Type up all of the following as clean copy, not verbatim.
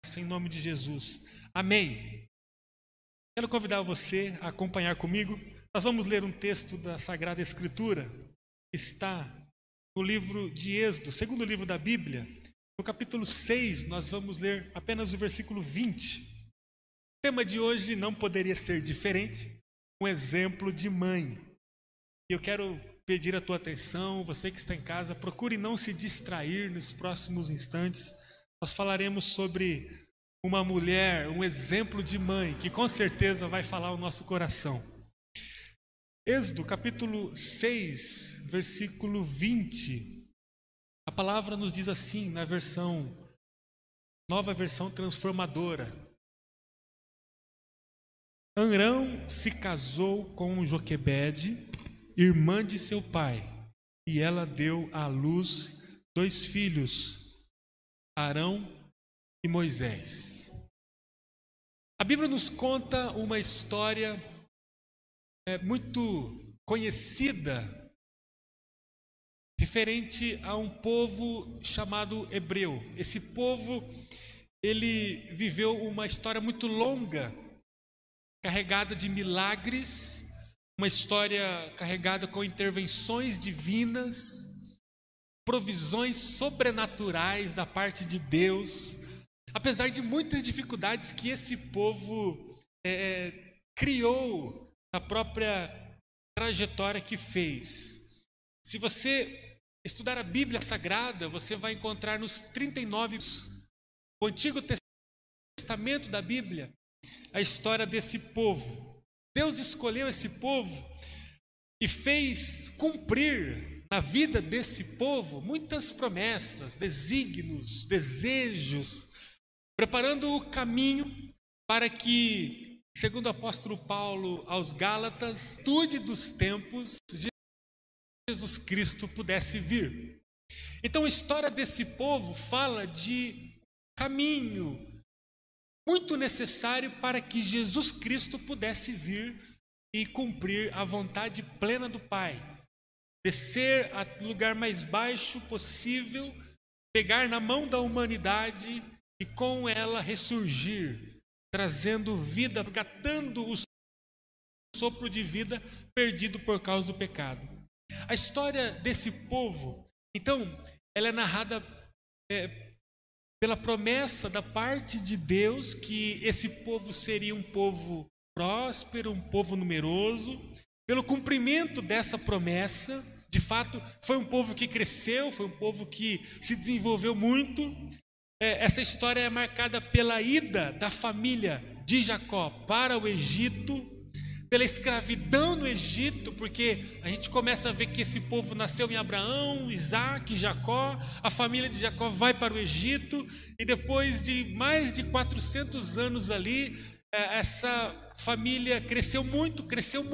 Em nome de Jesus. Amém. Quero convidar você a acompanhar comigo. Nós vamos ler um texto da Sagrada Escritura. Está no livro de Êxodo, segundo livro da Bíblia. No capítulo 6, nós vamos ler apenas o versículo 20. O tema de hoje não poderia ser diferente. Um exemplo de mãe. E eu quero pedir a tua atenção, você que está em casa, procure não se distrair nos próximos instantes. Nós falaremos sobre uma mulher, um exemplo de mãe, que com certeza vai falar o nosso coração. Êxodo, capítulo 6, versículo 20. A palavra nos diz assim, na nova versão transformadora. Arão se casou com Joquebede, irmã de seu pai, e ela deu à luz 2 filhos, Arão e Moisés. A Bíblia nos conta uma história muito conhecida referente a um povo chamado hebreu. Esse povo, ele viveu uma história muito longa, carregada de milagres, uma história carregada com intervenções divinas, provisões sobrenaturais da parte de Deus, apesar de muitas dificuldades que esse povo criou na própria trajetória que fez. Se você estudar a Bíblia Sagrada, você vai encontrar nos 39, o Antigo Testamento da Bíblia, a história desse povo. Deus escolheu esse povo e fez cumprir na vida desse povo muitas promessas, desígnios, desejos, preparando o caminho para que, segundo o apóstolo Paulo aos Gálatas, tudo dos tempos, Jesus Cristo pudesse vir. Então a história desse povo fala de caminho muito necessário para que Jesus Cristo pudesse vir e cumprir a vontade plena do Pai. Descer ao lugar mais baixo possível, pegar na mão da humanidade e com ela ressurgir, trazendo vida, resgatando o sopro de vida perdido por causa do pecado. A história desse povo, então, ela é narrada pela promessa da parte de Deus que esse povo seria um povo próspero, um povo numeroso. Pelo cumprimento dessa promessa, de fato, foi um povo que cresceu, foi um povo que se desenvolveu muito. Essa história é marcada pela ida da família de Jacó para o Egito, pela escravidão no Egito, porque a gente começa a ver que esse povo nasceu em Abraão, Isaac, Jacó. A família de Jacó vai para o Egito e depois de mais de 400 anos ali, essa família cresceu muito.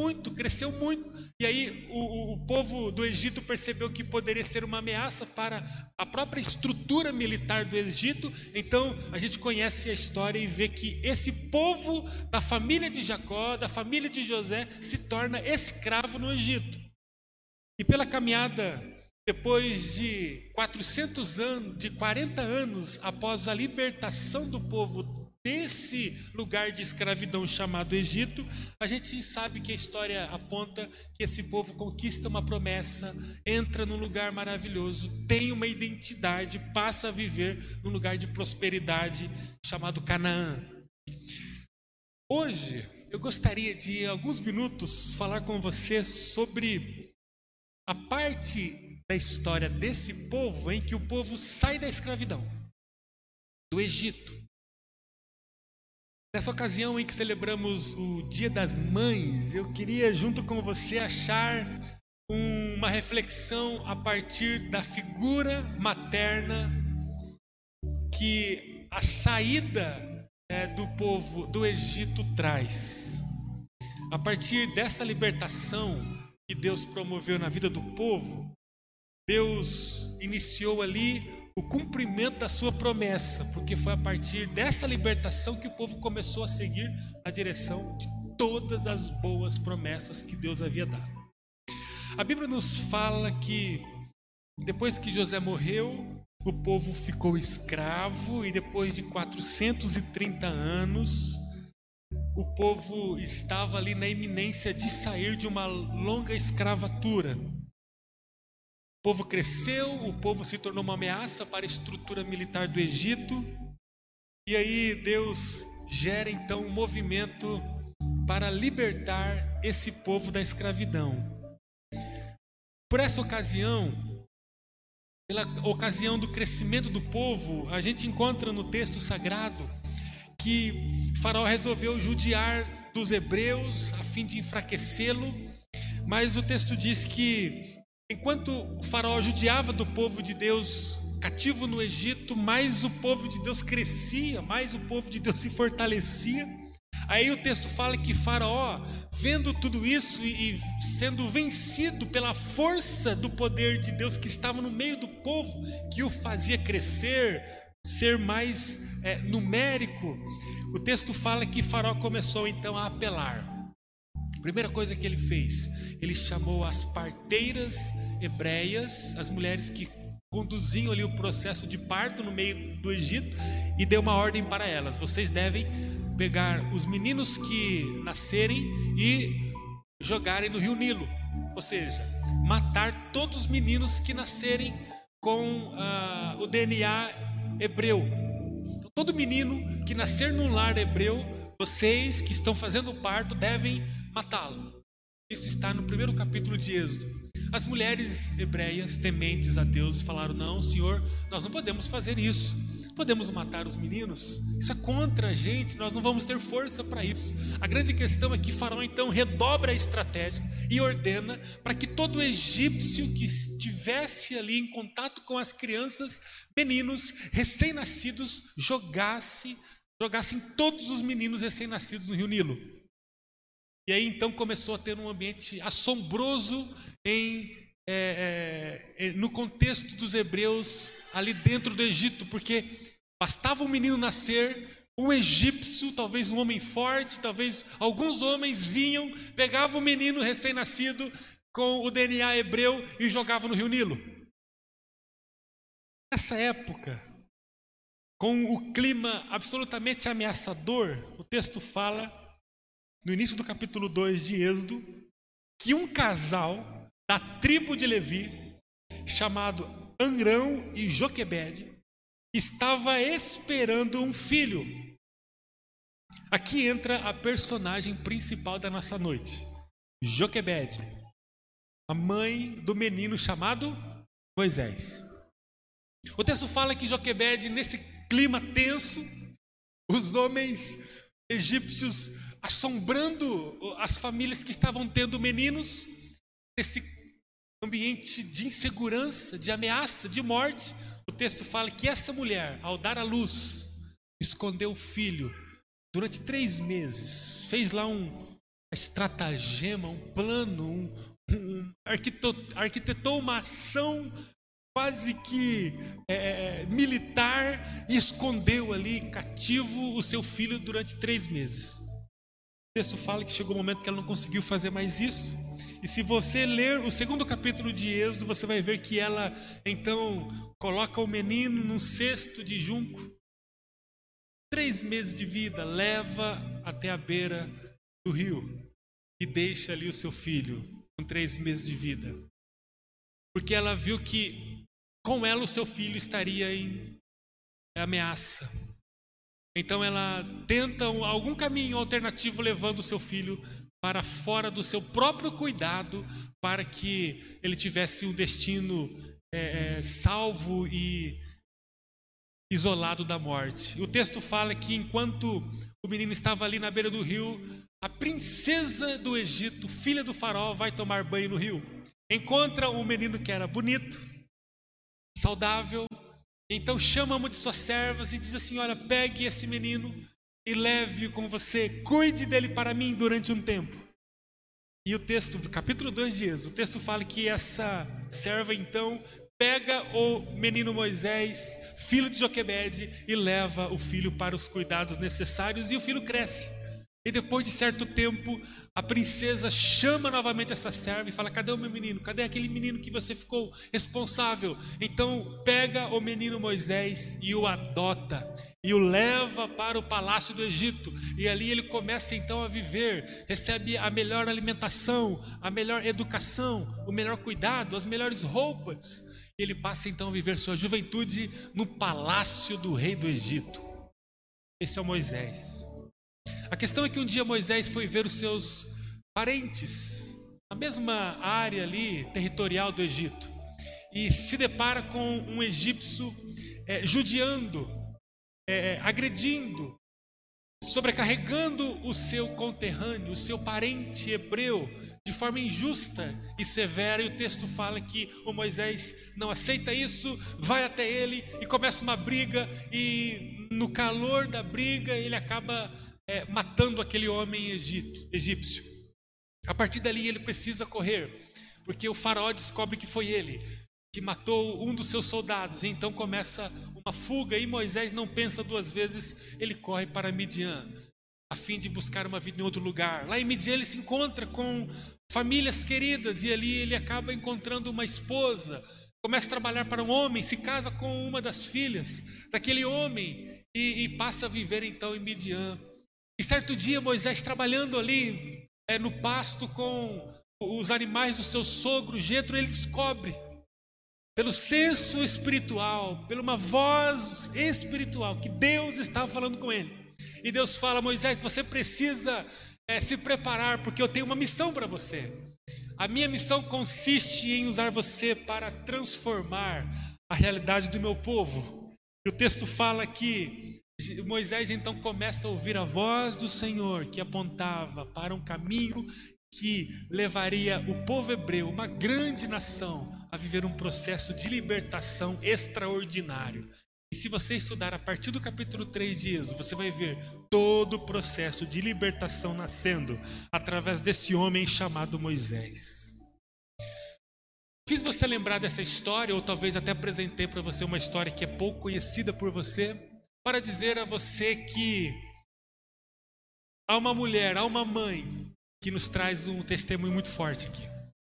E aí o povo do Egito percebeu que poderia ser uma ameaça para a própria estrutura militar do Egito. Então a gente conhece a história e vê que esse povo da família de Jacó, da família de José, se torna escravo no Egito. E pela caminhada, depois de 400 anos, de 40 anos após a libertação do povo desse lugar de escravidão chamado Egito, a gente sabe que a história aponta que esse povo conquista uma promessa, entra num lugar maravilhoso, tem uma identidade, passa a viver num lugar de prosperidade chamado Canaã. Hoje, eu gostaria de, em alguns minutos, falar com você sobre a parte da história desse povo em que o povo sai da escravidão, do Egito. Nessa ocasião em que celebramos o Dia das Mães, eu queria junto com você achar uma reflexão a partir da figura materna que a saída do povo do Egito traz. A partir dessa libertação que Deus promoveu na vida do povo, Deus iniciou ali o cumprimento da sua promessa, porque foi a partir dessa libertação que o povo começou a seguir a direção de todas as boas promessas que Deus havia dado. A Bíblia nos fala que Depois que José morreu, o povo ficou escravo e depois de 430 anos, o povo estava ali na iminência de sair de uma longa escravatura. O povo cresceu, o povo se tornou uma ameaça para a estrutura militar do Egito. E aí Deus gera então um movimento para libertar esse povo da escravidão. Por essa ocasião, pela ocasião do crescimento do povo, a gente encontra no texto sagrado que Faraó resolveu judiar dos hebreus a fim de enfraquecê-lo, mas o texto diz que enquanto o Faraó judiava do povo de Deus cativo no Egito, mais o povo de Deus crescia, mais o povo de Deus se fortalecia. Aí o texto fala que Faraó, vendo tudo isso e sendo vencido pela força do poder de Deus que estava no meio do povo, que o fazia crescer, ser mais numérico, o texto fala que Faraó começou então a apelar. A primeira coisa que ele fez, ele chamou as parteiras hebreias, as mulheres que conduziam ali o processo de parto no meio do Egito, e deu uma ordem para elas: vocês devem pegar os meninos que nascerem e jogarem no rio Nilo, ou seja, matar todos os meninos que nascerem com o DNA hebreu. Então, todo menino que nascer num lar hebreu, vocês que estão fazendo o parto devem matá-lo. Isso está no primeiro capítulo de Êxodo. As mulheres hebreias, tementes a Deus, falaram: não, Senhor, nós não podemos fazer isso. Podemos matar os meninos? Isso é contra a gente, nós não vamos ter força para isso. A grande questão é que Faraó então redobra a estratégia e ordena para que todo egípcio que estivesse ali em contato com as crianças, meninos recém-nascidos, jogassem todos os meninos recém-nascidos no rio Nilo. E aí então começou a ter um ambiente assombroso no contexto dos hebreus ali dentro do Egito, porque bastava um menino nascer, um egípcio, talvez um homem forte, talvez alguns homens vinham, pegavam o menino recém-nascido com o DNA hebreu e jogavam no rio Nilo. Nessa época, com o clima absolutamente ameaçador, o texto fala, no início do capítulo 2 de Êxodo, que um casal da tribo de Levi, chamado Amrão e Joquebede, estava esperando um filho. Aqui entra a personagem principal da nossa noite, Joquebede, a mãe do menino chamado Moisés. O texto fala que Joquebede, nesse clima tenso, os homens egípcios assombrando as famílias que estavam tendo meninos, nesse ambiente de insegurança, de ameaça, de morte, o texto fala que essa mulher, ao dar à luz, escondeu o filho durante 3 meses, fez lá um estratagema, um plano, arquitetou uma ação quase que militar e escondeu ali cativo o seu filho durante 3 meses. O texto fala que chegou um momento que ela não conseguiu fazer mais isso. E se você ler o 2º capítulo de Êxodo, você vai ver que ela então coloca o menino num cesto de junco, 3 meses de vida, leva até a beira do rio e deixa ali o seu filho com 3 meses de vida, porque ela viu que com ela o seu filho estaria em ameaça. Então ela tenta algum caminho alternativo, levando o seu filho para fora do seu próprio cuidado, para que ele tivesse um destino salvo e isolado da morte. O texto fala que enquanto o menino estava ali na beira do rio, a princesa do Egito, filha do faraó, vai tomar banho no rio. Encontra um menino que era bonito, saudável, então chama uma de suas servas e diz assim: olha, pegue esse menino e leve-o com você, cuide dele para mim durante um tempo. E o texto, capítulo 2 de Êxodo, o texto fala que essa serva então pega o menino Moisés, filho de Joquebede, e leva o filho para os cuidados necessários, e o filho cresce. E depois de certo tempo, a princesa chama novamente essa serva e fala: cadê o meu menino? Cadê aquele menino que você ficou responsável? Então pega o menino Moisés e o adota e o leva para o palácio do Egito. E ali ele começa então a viver, recebe a melhor alimentação, a melhor educação, o melhor cuidado, as melhores roupas. Ele passa então a viver sua juventude no palácio do rei do Egito. Esse é o Moisés. A questão é que um dia Moisés foi ver os seus parentes, na mesma área ali, territorial do Egito, e se depara com um egípcio judiando, agredindo, sobrecarregando o seu conterrâneo, o seu parente hebreu, de forma injusta e severa. E o texto fala que o Moisés não aceita isso, vai até ele e começa uma briga, e no calor da briga ele acaba matando aquele homem egípcio. A partir dali ele precisa correr, porque o faraó descobre que foi ele que matou um dos seus soldados, e então começa uma fuga, e Moisés não pensa duas vezes, ele corre para Midian, a fim de buscar uma vida em outro lugar. Lá em Midian ele se encontra com famílias queridas, e ali ele acaba encontrando uma esposa, começa a trabalhar para um homem, se casa com uma das filhas daquele homem, e passa a viver então em Midian. E certo dia Moisés, trabalhando ali no pasto com os animais do seu sogro Jetro, ele descobre, pelo senso espiritual, por uma voz espiritual, que Deus estava falando com ele. E Deus fala: Moisés, você precisa se preparar, porque eu tenho uma missão para você. A minha missão consiste em usar você para transformar a realidade do meu povo. E o texto fala que Moisés então começa a ouvir a voz do Senhor, que apontava para um caminho que levaria o povo hebreu, uma grande nação, a viver um processo de libertação extraordinário. E se você estudar a partir do capítulo 3 de Êxodo, você vai ver todo o processo de libertação nascendo através desse homem chamado Moisés. Fiz você lembrar dessa história, ou talvez até apresentei para você uma história que é pouco conhecida por você, para dizer a você que há uma mulher, há uma mãe que nos traz um testemunho muito forte aqui.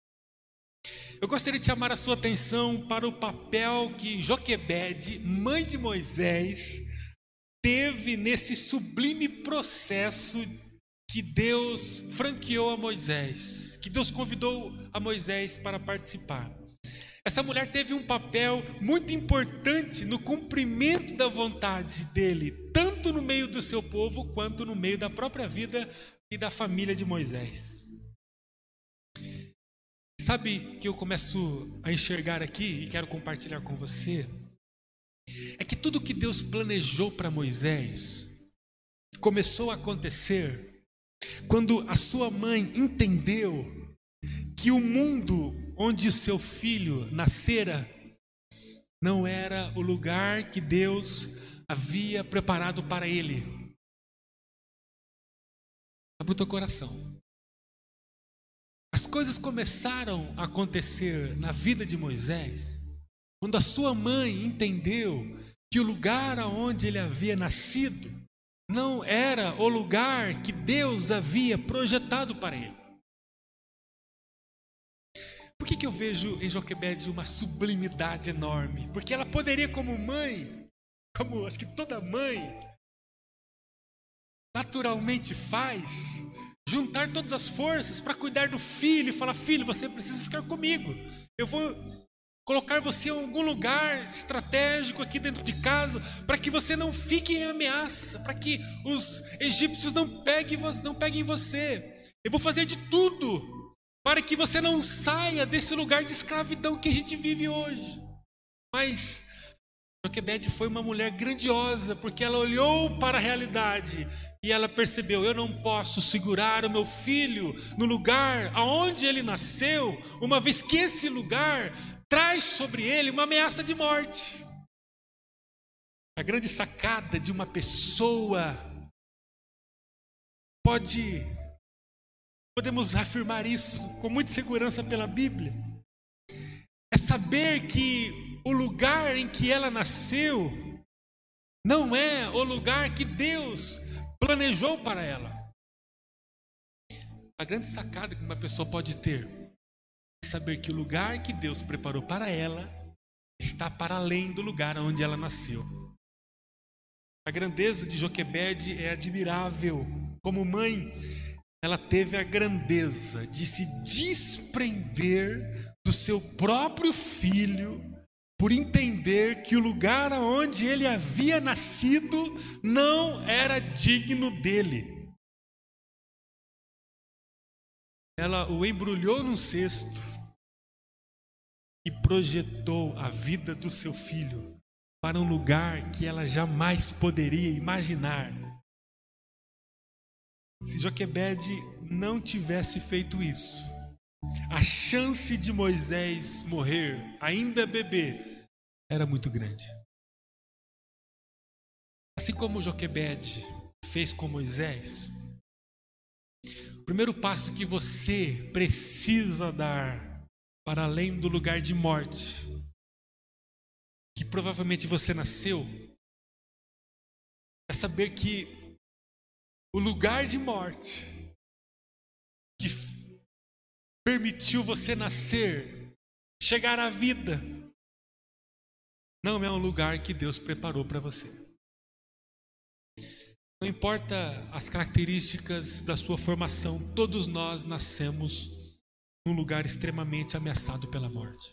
Eu gostaria de chamar a sua atenção para o papel que Joquebede, mãe de Moisés, teve nesse sublime processo que Deus franqueou a Moisés, que Deus convidou a Moisés para participar. Essa mulher teve um papel muito importante no cumprimento da vontade dele, tanto no meio do seu povo, quanto no meio da própria vida e da família de Moisés. Sabe que eu começo a enxergar aqui e quero compartilhar com você? É que tudo que Deus planejou para Moisés começou a acontecer quando a sua mãe entendeu que o mundo onde o seu filho nascera não era o lugar que Deus havia preparado para ele. Abra o teu coração. As coisas começaram a acontecer na vida de Moisés quando a sua mãe entendeu que o lugar aonde ele havia nascido não era o lugar que Deus havia projetado para ele. Por que eu vejo em Joquebede uma sublimidade enorme? Porque ela poderia, como mãe, como acho que toda mãe naturalmente faz, juntar todas as forças para cuidar do filho e falar: filho, você precisa ficar comigo. Eu vou colocar você em algum lugar estratégico aqui dentro de casa, para que você não fique em ameaça, para que os egípcios não peguem você. Eu vou fazer de tudo para que você não saia desse lugar de escravidão que a gente vive hoje. Mas Joquebede foi uma mulher grandiosa, porque ela olhou para a realidade e ela percebeu: eu não posso segurar o meu filho no lugar aonde ele nasceu, uma vez que esse lugar traz sobre ele uma ameaça de morte. A grande sacada de uma pessoa podemos afirmar isso com muita segurança pela Bíblia, é saber que o lugar em que ela nasceu não é o lugar que Deus planejou para ela. A grande sacada que uma pessoa pode ter é saber que o lugar que Deus preparou para ela está para além do lugar onde ela nasceu. A grandeza de Joquebede é admirável. Como mãe, ela teve a grandeza de se desprender do seu próprio filho por entender que o lugar onde ele havia nascido não era digno dele. Ela o embrulhou num cesto e projetou a vida do seu filho para um lugar que ela jamais poderia imaginar. Se Joquebede não tivesse feito isso, a chance de Moisés morrer, ainda bebê, era muito grande. Assim como Joquebede fez com Moisés, o primeiro passo que você precisa dar para além do lugar de morte, que provavelmente você nasceu, é saber que o lugar de morte que permitiu você nascer, chegar à vida, não é um lugar que Deus preparou para você. Não importa as características da sua formação, todos nós nascemos num lugar extremamente ameaçado pela morte.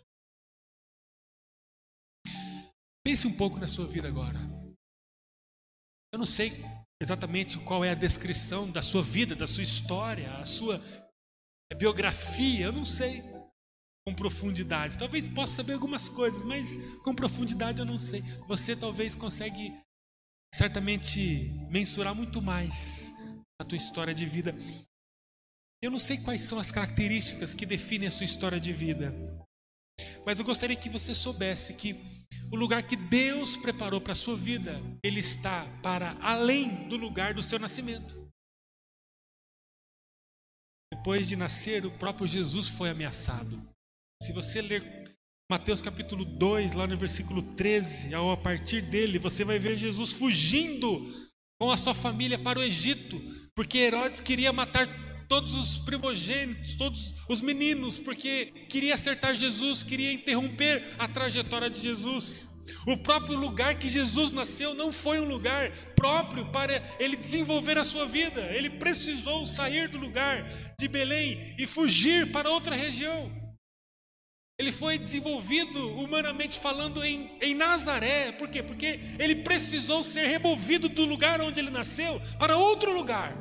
Pense um pouco na sua vida agora. Eu não sei exatamente qual é a descrição da sua vida, da sua história, a sua biografia, eu não sei com profundidade. Talvez possa saber algumas coisas, mas com profundidade eu não sei. Você talvez consegue certamente mensurar muito mais a tua história de vida. Eu não sei quais são as características que definem a sua história de vida, mas eu gostaria que você soubesse que o lugar que Deus preparou para a sua vida, ele está para além do lugar do seu nascimento. Depois de nascer, o próprio Jesus foi ameaçado. Se você ler Mateus capítulo 2, lá no versículo 13, a partir dele, você vai ver Jesus fugindo com a sua família para o Egito, porque Herodes queria matar todos os primogênitos, todos os meninos, porque queria acertar Jesus, queria interromper a trajetória de Jesus. O próprio lugar que Jesus nasceu não foi um lugar próprio para ele desenvolver a sua vida. Ele precisou sair do lugar de Belém e fugir para outra região. Ele foi desenvolvido, humanamente falando, em Nazaré. Por quê? Porque ele precisou ser removido do lugar onde ele nasceu para outro lugar.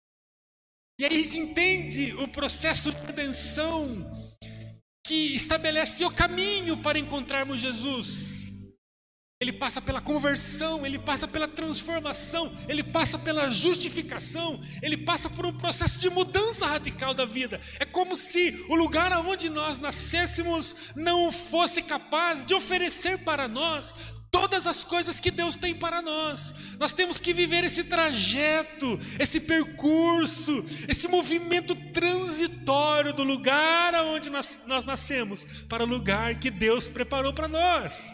E aí a gente entende o processo de redenção que estabelece o caminho para encontrarmos Jesus. Ele passa pela conversão, ele passa pela transformação, ele passa pela justificação, ele passa por um processo de mudança radical da vida. É como se o lugar onde nós nascêssemos não fosse capaz de oferecer para nós todas as coisas que Deus tem para nós. Nós temos que viver esse trajeto, esse percurso, esse movimento transitório do lugar onde nós nascemos para o lugar que Deus preparou para nós.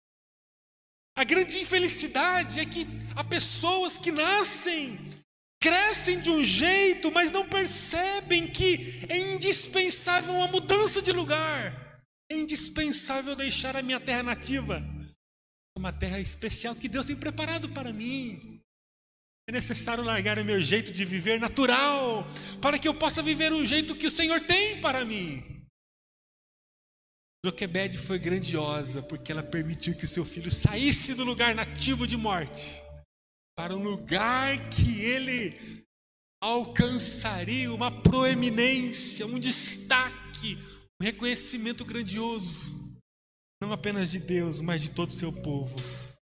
A grande infelicidade é que há pessoas que nascem, crescem de um jeito, mas não percebem que é indispensável uma mudança de lugar. É indispensável deixar a minha terra nativa, uma terra especial que Deus tem preparado para mim. É necessário largar o meu jeito de viver natural, para que eu possa viver o jeito que o Senhor tem para mim. Joquebede foi grandiosa porque ela permitiu que o seu filho saísse do lugar nativo de morte para um lugar que ele alcançaria uma proeminência, um destaque, um reconhecimento grandioso, não apenas de Deus, mas de todo o seu povo.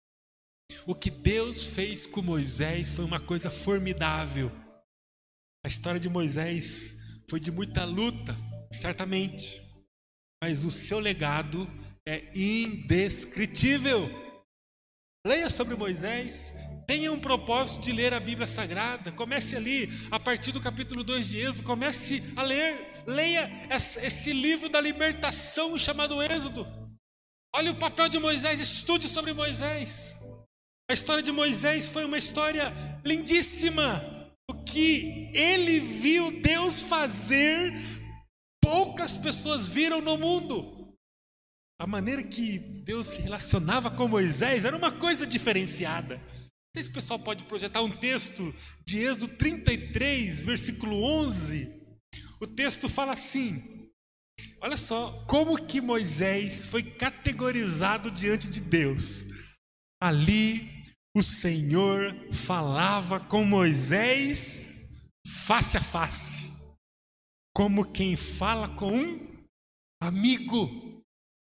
O que Deus fez com Moisés foi uma coisa formidável. A história de Moisés foi de muita luta, certamente, mas o seu legado é indescritível. Leia sobre Moisés, tenha um propósito de ler a Bíblia Sagrada, comece ali, a partir do capítulo 2 de Êxodo, comece a ler, leia esse livro da libertação chamado Êxodo. Olha o papel de Moisés, estude sobre Moisés. A história de Moisés foi uma história lindíssima. que ele viu Deus fazer, poucas pessoas viram no mundo. A maneira que Deus se relacionava com Moisés era uma coisa diferenciada. Não sei se o pessoal pode projetar um texto de Êxodo 33, versículo 11. O texto fala assim, olha só, como que Moisés foi categorizado diante de Deus. Ali o Senhor falava com Moisés face a face, como quem fala com um amigo.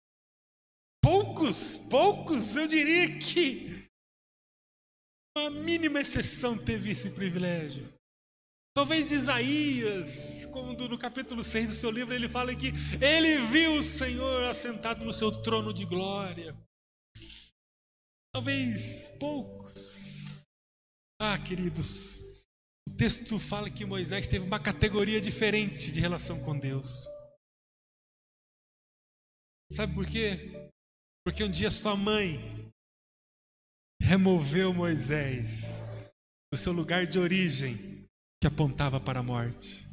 Poucos, eu diria que uma mínima exceção teve esse privilégio. Talvez Isaías, quando no capítulo 6 do seu livro, ele fala que ele viu o Senhor assentado no seu trono de glória. Talvez poucos. Queridos, o texto fala que Moisés teve uma categoria diferente de relação com Deus. Sabe por quê? Porque um dia sua mãe removeu Moisés do seu lugar de origem, que apontava para a morte.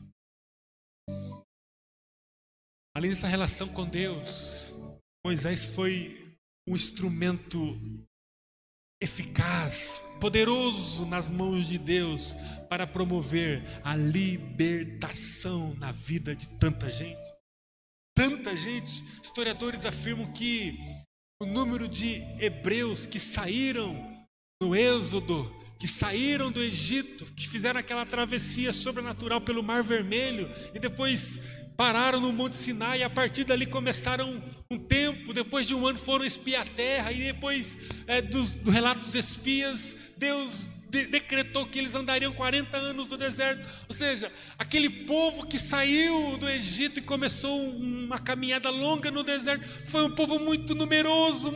Além dessa relação com Deus, Moisés foi um instrumento eficaz, poderoso nas mãos de Deus para promover a libertação na vida de tanta gente. Tanta gente. Historiadores afirmam que o número de hebreus que saíram no Êxodo, que saíram do Egito, que fizeram aquela travessia sobrenatural pelo Mar Vermelho e depois pararam no Monte Sinai, e a partir dali começaram um tempo, depois de um ano foram espiar a terra, e depois do relato dos espias, Deus decretou que eles andariam 40 anos no deserto. Ou seja, aquele povo que saiu do Egito e começou uma caminhada longa no deserto, foi um povo muito numeroso.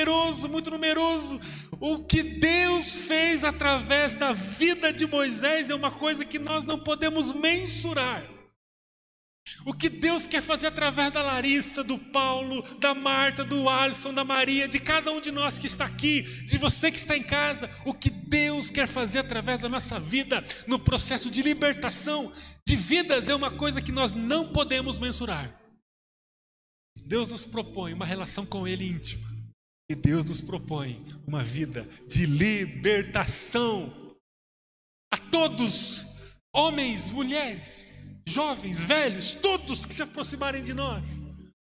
O que Deus fez através da vida de Moisés é uma coisa que nós não podemos mensurar. O que Deus quer fazer através da Larissa, do Paulo, da Marta, do Alisson, da Maria, de cada um de nós que está aqui, de você que está em casa, o que Deus quer fazer através da nossa vida, no processo de libertação de vidas, é uma coisa que nós não podemos mensurar. Deus nos propõe uma relação com Ele íntima, e Deus nos propõe uma vida de libertação a todos, homens, mulheres, jovens, velhos, todos que se aproximarem de nós.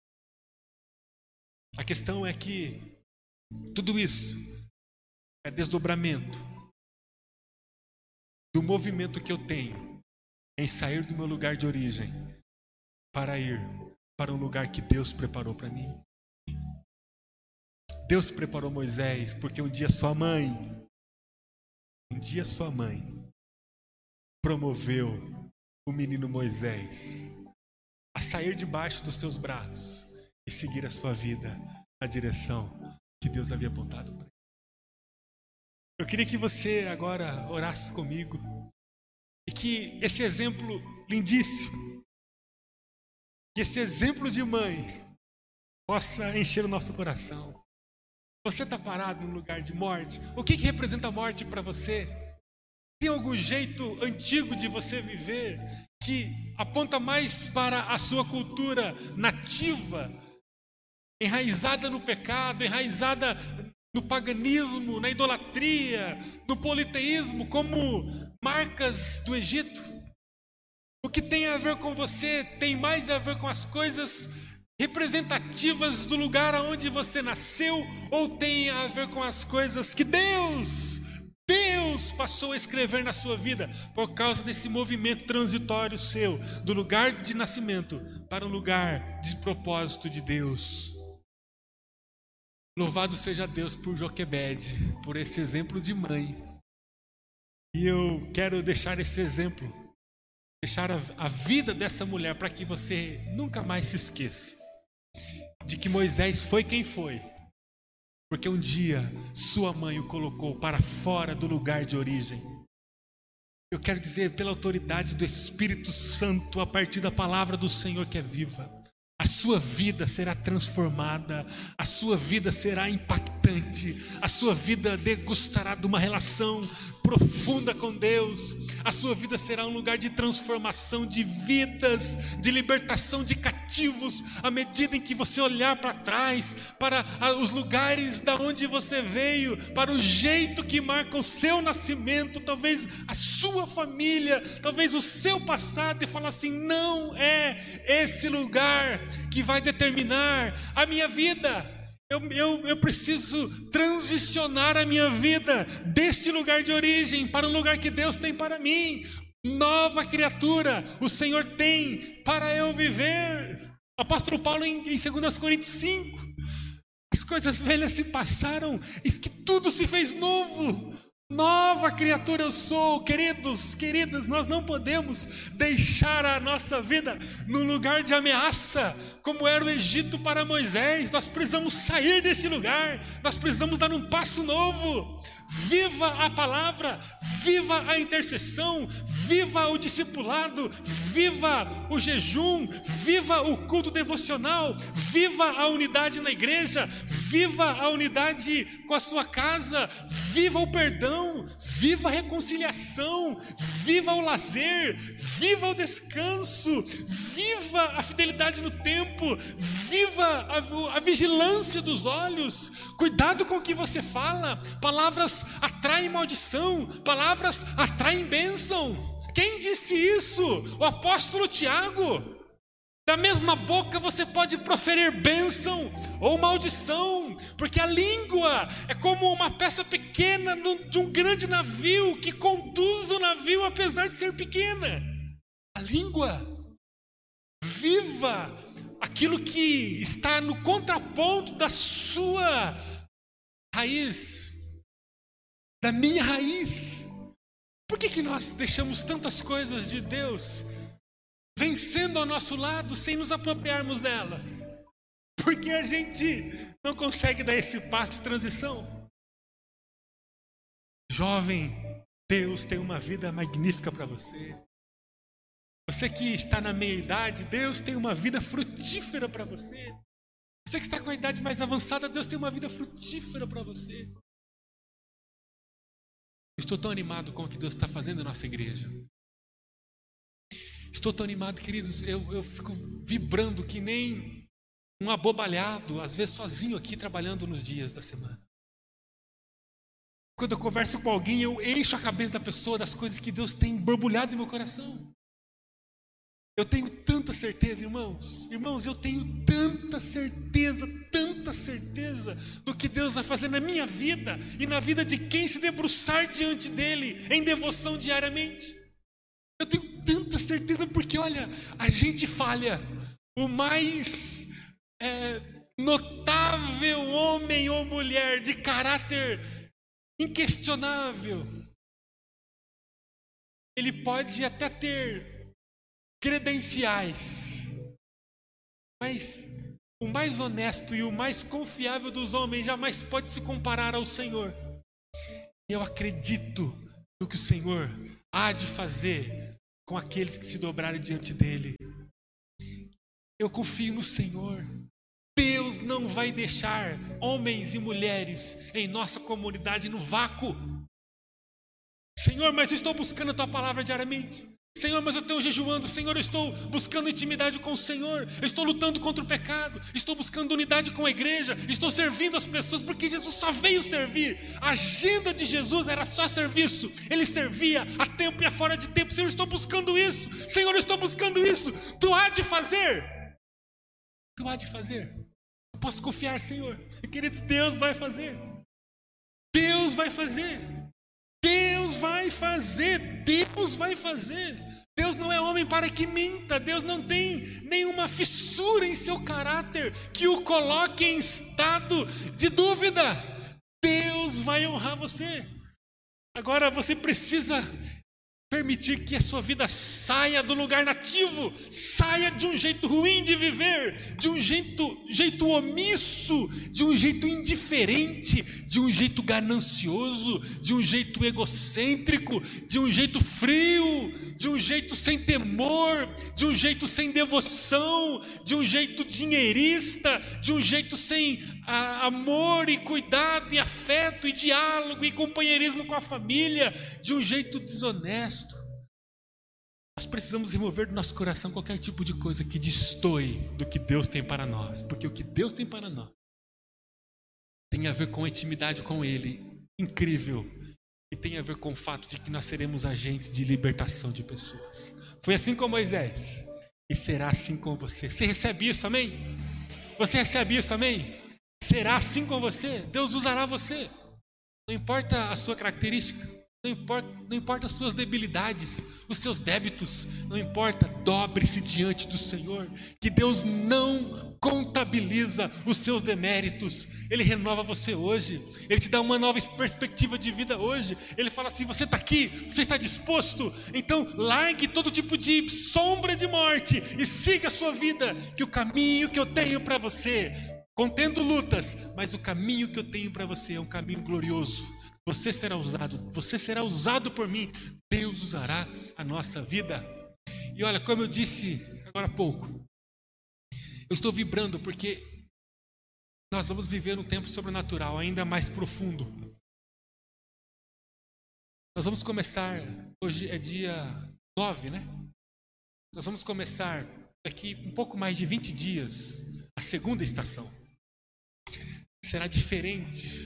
A questão é que tudo isso é desdobramento do movimento que eu tenho em sair do meu lugar de origem para ir para um lugar que Deus preparou para mim. Deus preparou Moisés porque um dia sua mãe promoveu o menino Moisés a sair debaixo dos teus braços e seguir a sua vida na direção que Deus havia apontado para ele. Eu queria que você agora orasse comigo e que esse exemplo lindíssimo, que esse exemplo de mãe possa encher o nosso coração. Você está parado num lugar de morte? O que representa a morte para você? Tem algum jeito antigo de você viver que aponta mais para a sua cultura nativa, enraizada no pecado, enraizada no paganismo, na idolatria, no politeísmo, como marcas do Egito? O que tem a ver com você tem mais a ver com as coisas representativas do lugar onde você nasceu, ou tem a ver com as coisas que Deus passou a escrever na sua vida por causa desse movimento transitório seu, do lugar de nascimento para o lugar de propósito de Deus? Louvado seja Deus por Joquebede, por esse exemplo de mãe. E eu quero deixar esse exemplo, deixar a vida dessa mulher para que você nunca mais se esqueça de que Moisés foi quem foi, porque um dia sua mãe o colocou para fora do lugar de origem. Eu quero dizer, pela autoridade do Espírito Santo, a partir da palavra do Senhor que é viva, a sua vida será transformada, a sua vida será impactante, a sua vida degustará de uma relação profunda com Deus, a sua vida será um lugar de transformação de vidas, de libertação de cativos, à medida em que você olhar para trás, para os lugares da onde você veio, para o jeito que marca o seu nascimento, talvez a sua família, talvez o seu passado, e falar assim: não é esse lugar que vai determinar a minha vida. Eu preciso transicionar a minha vida deste lugar de origem para o lugar que Deus tem para mim. Nova criatura o Senhor tem para eu viver. O apóstolo Paulo em 2 Coríntios 5: as coisas velhas se passaram, eis que tudo se fez novo. Nova criatura eu sou. Queridos, queridas, nós não podemos deixar a nossa vida num lugar de ameaça, como era o Egito para Moisés. Nós precisamos sair desse lugar, nós precisamos dar um passo novo. Viva a palavra, viva a intercessão, viva o discipulado, viva o jejum, viva o culto devocional, viva a unidade na igreja, viva a unidade com a sua casa, viva o perdão, viva a reconciliação, viva o lazer, viva o descanso, viva a fidelidade no tempo, viva a vigilância dos olhos. Cuidado com o que você fala. Palavras atraem maldição, palavras atraem bênção. Quem disse isso? O apóstolo Tiago. Da mesma boca você pode proferir bênção ou maldição, porque a língua é como uma peça pequena de um grande navio que conduz o navio apesar de ser pequena. A língua. Viva aquilo que está no contraponto da sua raiz, da minha raiz. Por que nós deixamos tantas coisas de Deus vencendo ao nosso lado sem nos apropriarmos delas? Porque a gente não consegue dar esse passo de transição. Jovem, Deus tem uma vida magnífica para você. Você que está na meia-idade, Deus tem uma vida frutífera para você. Você que está com a idade mais avançada, Deus tem uma vida frutífera para você. Estou tão animado com o que Deus está fazendo na nossa igreja. Estou tão animado, queridos, eu fico vibrando que nem um abobalhado, às vezes sozinho aqui trabalhando nos dias da semana. Quando eu converso com alguém, eu encho a cabeça da pessoa das coisas que Deus tem borbulhado em meu coração. Eu tenho tanta certeza, irmãos, eu tenho tanta certeza do que Deus vai fazer na minha vida e na vida de quem se debruçar diante dele em devoção diariamente. Eu tenho tanta certeza porque, olha, a gente falha. O mais notável homem ou mulher de caráter inquestionável, ele pode até ter credenciais, mas o mais honesto e o mais confiável dos homens jamais pode se comparar ao Senhor. Eu acredito no que o Senhor há de fazer com aqueles que se dobrarem diante dele. Eu confio no Senhor. Deus não vai deixar homens e mulheres em nossa comunidade no vácuo. Senhor, mas eu estou buscando a tua palavra diariamente. Senhor, mas eu estou jejuando. Senhor, eu estou buscando intimidade com o Senhor. Eu estou lutando contra o pecado. Estou buscando unidade com a igreja. Estou servindo as pessoas porque Jesus só veio servir. A agenda de Jesus era só serviço. Ele servia a tempo e a fora de tempo. Senhor, eu estou buscando isso. Senhor, eu estou buscando isso. Tu há de fazer. Tu há de fazer. Eu posso confiar, Senhor. Queridos, Deus vai fazer. Deus vai fazer. Deus vai fazer, Deus vai fazer. Deus não é homem para que minta. Deus não tem nenhuma fissura em seu caráter que o coloque em estado de dúvida. Deus vai honrar você. Agora você precisa permitir que a sua vida saia do lugar nativo, saia de um jeito ruim de viver, de um jeito omisso, de um jeito indiferente, de um jeito ganancioso, de um jeito egocêntrico, de um jeito frio, de um jeito sem temor, de um jeito sem devoção, de um jeito dinheirista, de um jeito sem amor e cuidado e afeto e diálogo e companheirismo com a família, de um jeito desonesto. Nós precisamos remover do nosso coração qualquer tipo de coisa que destoe do que Deus tem para nós. Porque o que Deus tem para nós tem a ver com a intimidade com Ele, incrível. E tem a ver com o fato de que nós seremos agentes de libertação de pessoas. Foi assim com Moisés. E será assim com você. Você recebe isso, amém? Você recebe isso, amém? Será assim com você. Deus usará você. Não importa a sua característica. Não importa as suas debilidades, os seus débitos, não importa, dobre-se diante do Senhor, que Deus não contabiliza os seus deméritos. Ele renova você hoje, Ele te dá uma nova perspectiva de vida hoje. Ele fala assim: você está aqui, você está disposto, então largue todo tipo de sombra de morte e siga a sua vida, que o caminho que eu tenho para você, contendo lutas, mas o caminho que eu tenho para você é um caminho glorioso. Você será usado por mim. Deus usará a nossa vida. E olha, como eu disse agora há pouco, eu estou vibrando porque nós vamos viver um tempo sobrenatural ainda mais profundo. Nós vamos começar, hoje é dia 9, né? Nós vamos começar daqui um pouco mais de 20 dias a segunda estação. Será diferente.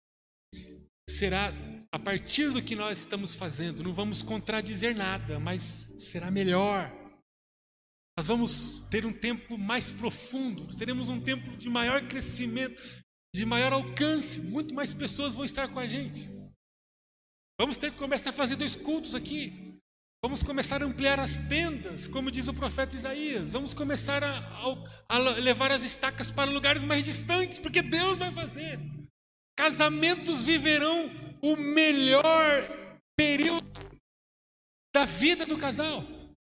Será a partir do que nós estamos fazendo. Não vamos contradizer nada, mas será melhor. Nós vamos ter um tempo mais profundo. Teremos um tempo de maior crescimento, de maior alcance. Muito mais pessoas vão estar com a gente. Vamos ter que começar a fazer 2 cultos aqui. Vamos começar a ampliar as tendas, como diz o profeta Isaías. Vamos começar a levar as estacas para lugares mais distantes, porque Deus vai fazer. Casamentos viverão o melhor período da vida do casal.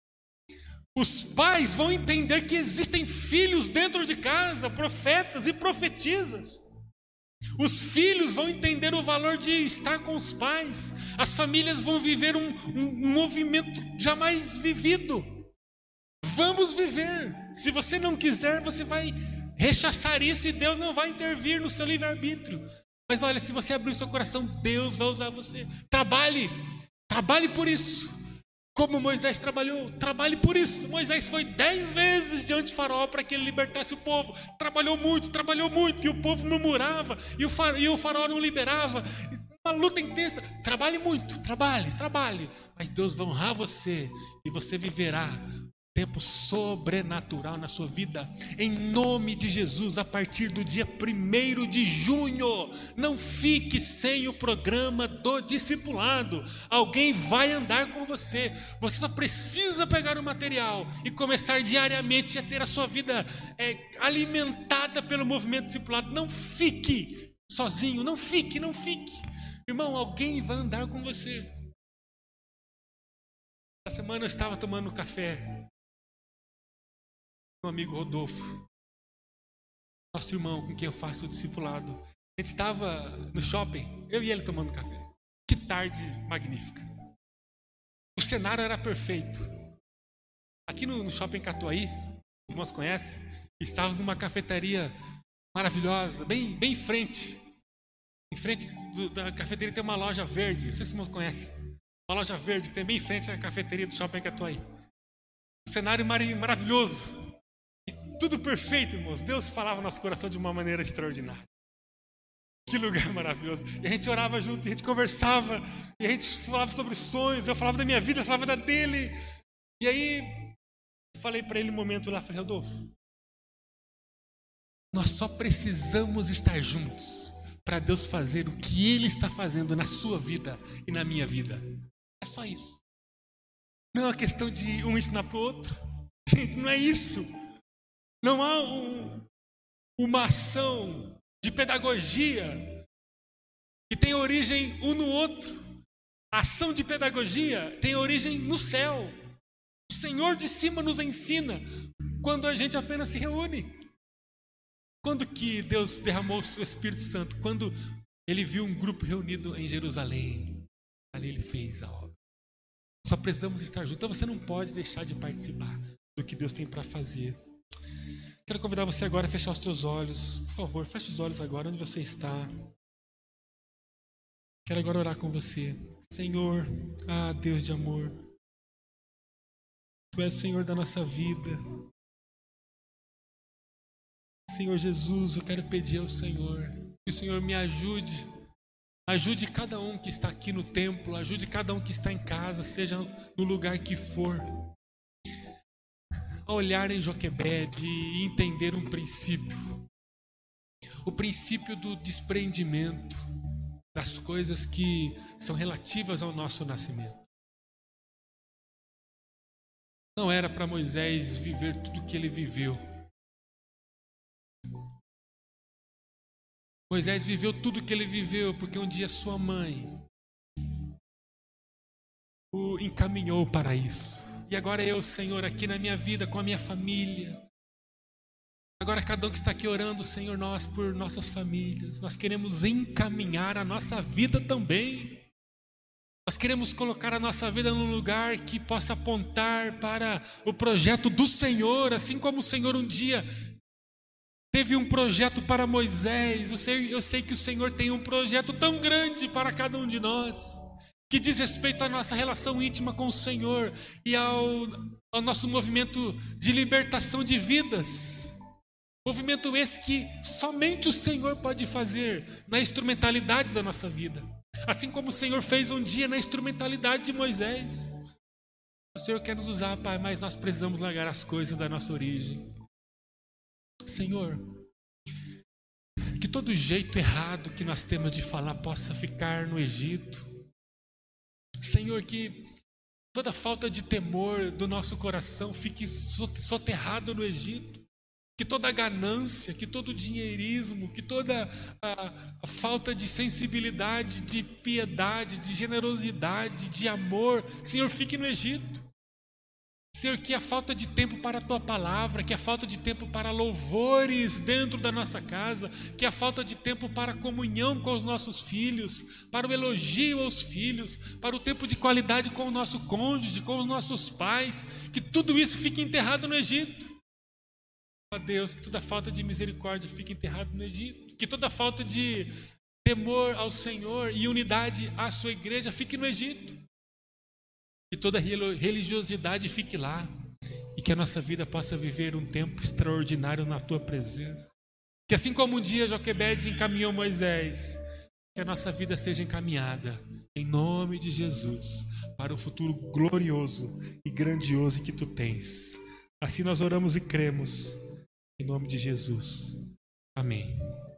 Os pais vão entender que existem filhos dentro de casa, profetas e profetisas. Os filhos vão entender o valor de estar com os pais. As famílias vão viver um movimento jamais vivido. Vamos viver. Se você não quiser, você vai rechaçar isso e Deus não vai intervir no seu livre-arbítrio. Mas olha, se você abrir o seu coração, Deus vai usar você. Trabalhe por isso. Como Moisés trabalhou, trabalhe por isso. Moisés foi 10 vezes diante de Faraó para que ele libertasse o povo. Trabalhou muito, e o povo murmurava, e o Faraó não liberava. Uma luta intensa. Trabalhe muito, trabalhe. Mas Deus vai honrar você e você viverá tempo sobrenatural na sua vida, em nome de Jesus. A partir do dia 1º de junho, não fique sem o programa do discipulado. Alguém vai andar com você. Você só precisa pegar o material e começar diariamente a ter a sua vida alimentada pelo movimento discipulado. Não fique sozinho, não fique. Irmão, alguém vai andar com você. Essa semana eu estava tomando café. Meu amigo Rodolfo, nosso irmão com quem eu faço o discipulado, a gente estava no shopping, eu e ele tomando café. Que tarde magnífica. O cenário era perfeito. Aqui no shopping Catuaí, os irmãos conhecem, estávamos numa cafeteria maravilhosa, bem em frente. Em frente da cafeteria tem uma loja verde, não sei se os irmãos conhecem. Uma loja verde que tem bem em frente à cafeteria do shopping Catuaí. Um cenário maravilhoso. Tudo perfeito, irmãos. Deus falava no nosso coração de uma maneira extraordinária. Que lugar maravilhoso. E a gente orava junto, e a gente conversava, e a gente falava sobre sonhos. Eu falava da minha vida, eu falava da dele. E aí, eu falei para ele um momento lá, falei: Rodolfo, nós só precisamos estar juntos para Deus fazer o que Ele está fazendo na sua vida e na minha vida. É só isso. Não é uma questão de um ensinar para o outro. Gente, não é isso. Não há uma ação de pedagogia que tem origem um no outro. A ação de pedagogia tem origem no céu. O Senhor de cima nos ensina quando a gente apenas se reúne. Quando que Deus derramou o seu Espírito Santo? Quando Ele viu um grupo reunido em Jerusalém. Ali Ele fez a obra. Só precisamos estar juntos. Então você não pode deixar de participar do que Deus tem para fazer. Quero convidar você agora a fechar os teus olhos. Por favor, feche os olhos agora onde você está. Quero agora orar com você. Senhor, Deus de amor, Tu és Senhor da nossa vida. Senhor Jesus, eu quero pedir ao Senhor que o Senhor me ajude. Ajude cada um que está aqui no templo, ajude cada um que está em casa, seja no lugar que for, a olhar em Joquebede e entender um princípio. O princípio do desprendimento das coisas que são relativas ao nosso nascimento. Não era para Moisés viver tudo o que ele viveu. Moisés viveu tudo o que ele viveu porque um dia sua mãe o encaminhou para isso. E agora eu, Senhor, aqui na minha vida, com a minha família. Agora cada um que está aqui orando, Senhor, nós por nossas famílias. Nós queremos encaminhar a nossa vida também. Nós queremos colocar a nossa vida num lugar que possa apontar para o projeto do Senhor, assim como o Senhor um dia teve um projeto para Moisés. Eu sei que o Senhor tem um projeto tão grande para cada um de nós, que diz respeito à nossa relação íntima com o Senhor e ao nosso movimento de libertação de vidas. Movimento esse que somente o Senhor pode fazer na instrumentalidade da nossa vida. Assim como o Senhor fez um dia na instrumentalidade de Moisés. O Senhor quer nos usar, Pai, mas nós precisamos largar as coisas da nossa origem. Senhor, que todo jeito errado que nós temos de falar possa ficar no Egito. Senhor, que toda falta de temor do nosso coração fique soterrado no Egito. Que toda ganância, que todo dinheirismo, que toda a falta de sensibilidade, de piedade, de generosidade, de amor, Senhor, fique no Egito. Senhor, que a falta de tempo para a Tua Palavra, que a falta de tempo para louvores dentro da nossa casa, que a falta de tempo para a comunhão com os nossos filhos, para o elogio aos filhos, para o tempo de qualidade com o nosso cônjuge, com os nossos pais, que tudo isso fique enterrado no Egito. Ó Deus, que toda falta de misericórdia fique enterrado no Egito, que toda falta de temor ao Senhor e unidade à sua igreja fique no Egito. Que toda religiosidade fique lá e que a nossa vida possa viver um tempo extraordinário na Tua presença. Que assim como um dia Joquebede encaminhou Moisés, que a nossa vida seja encaminhada em nome de Jesus para o futuro glorioso e grandioso que Tu tens. Assim nós oramos e cremos em nome de Jesus. Amém.